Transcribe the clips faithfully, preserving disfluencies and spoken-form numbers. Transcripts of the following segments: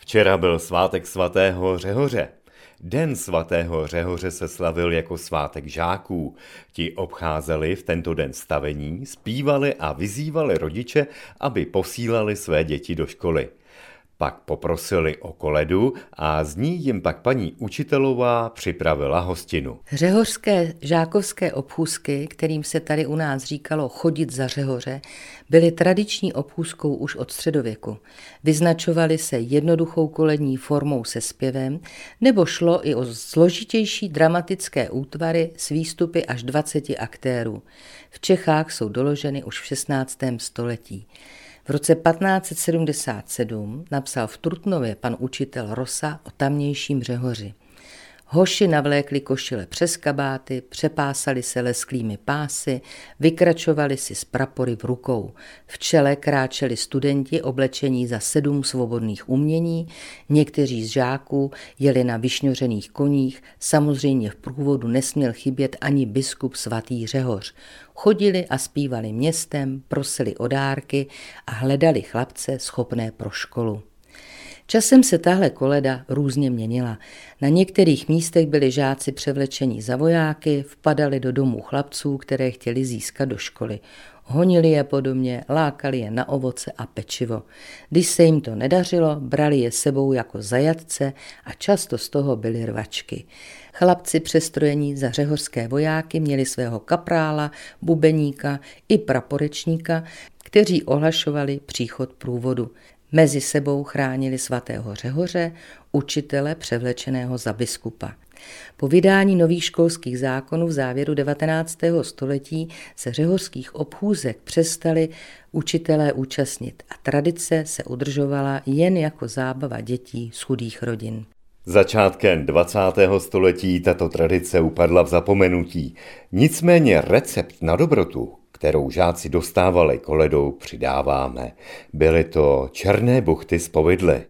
Včera byl svátek svatého Řehoře. Den svatého Řehoře se slavil jako svátek žáků. Ti obcházeli v tento den stavení, zpívali a vyzývali rodiče, aby posílali své děti do školy. Pak poprosili o koledu a z ní jim pak paní učitelová připravila hostinu. Řehořské žákovské obchůzky, kterým se tady u nás říkalo chodit za Řehoře, byly tradiční obchůzkou už od středověku. Vyznačovaly se jednoduchou kolední formou se zpěvem, nebo šlo i o složitější dramatické útvary s výstupy až dvaceti aktérů. V Čechách jsou doloženy už v šestnáctém století. V roce patnáct set sedmdesát sedm napsal v Trutnově pan učitel Rosa o tamnějším Řehoři. Hoši navlékli košile přes kabáty, přepásali se lesklými pásy, vykračovali si s prapory v rukou. V čele kráčeli studenti oblečení za sedm svobodných umění, někteří z žáků jeli na vyšňořených koních, samozřejmě v průvodu nesměl chybět ani biskup svatý Řehoř. Chodili a zpívali městem, prosili o dárky a hledali chlapce schopné pro školu. Časem se tahle koleda různě měnila. Na některých místech byli žáci převlečení za vojáky, vpadali do domů chlapců, které chtěli získat do školy. Honili je po domě, lákali je na ovoce a pečivo. Když se jim to nedařilo, brali je sebou jako zajatce a často z toho byly rvačky. Chlapci přestrojení za řehořské vojáky měli svého kaprála, bubeníka i praporečníka, kteří ohlašovali příchod průvodu. Mezi sebou chránili svatého Řehoře, učitele převlečeného za biskupa. Po vydání nových školských zákonů v závěru devatenáctého století se řehořských obchůzek přestali učitelé účastnit a tradice se udržovala jen jako zábava dětí z chudých rodin. Začátkem dvacátého století tato tradice upadla v zapomenutí. Nicméně recept na dobrotu, kterou žáci dostávali koledou, přidáváme. Byly to černé buchty z powidly.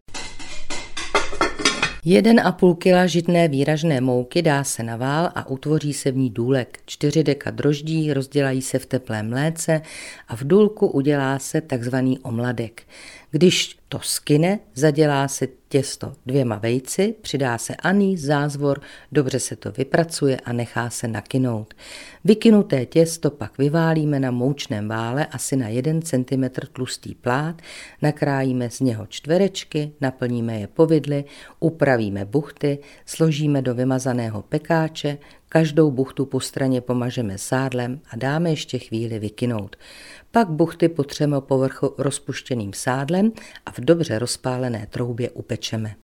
Jeden a půl kila žitné výražné mouky dá se na vál a utvoří se v ní důlek. Čtyři deka droždí rozdělají se v teplém mléce a v důlku udělá se takzvaný omladek. Když to skyne, zadělá se těsto dvěma vejci, přidá se anýs, zázvor, dobře se to vypracuje a nechá se nakynout. Vykynuté těsto pak vyválíme na moučném vále asi na jeden centimetr tlustý plát, nakrájíme z něho čtverečky, naplníme je powidly, upravíme buchty, složíme do vymazaného pekáče, každou buchtu po straně pomažeme sádlem a dáme ještě chvíli vykynout. Pak buchty potřeme povrchu rozpuštěným sádlem a v dobře rozpálené troubě upečeme.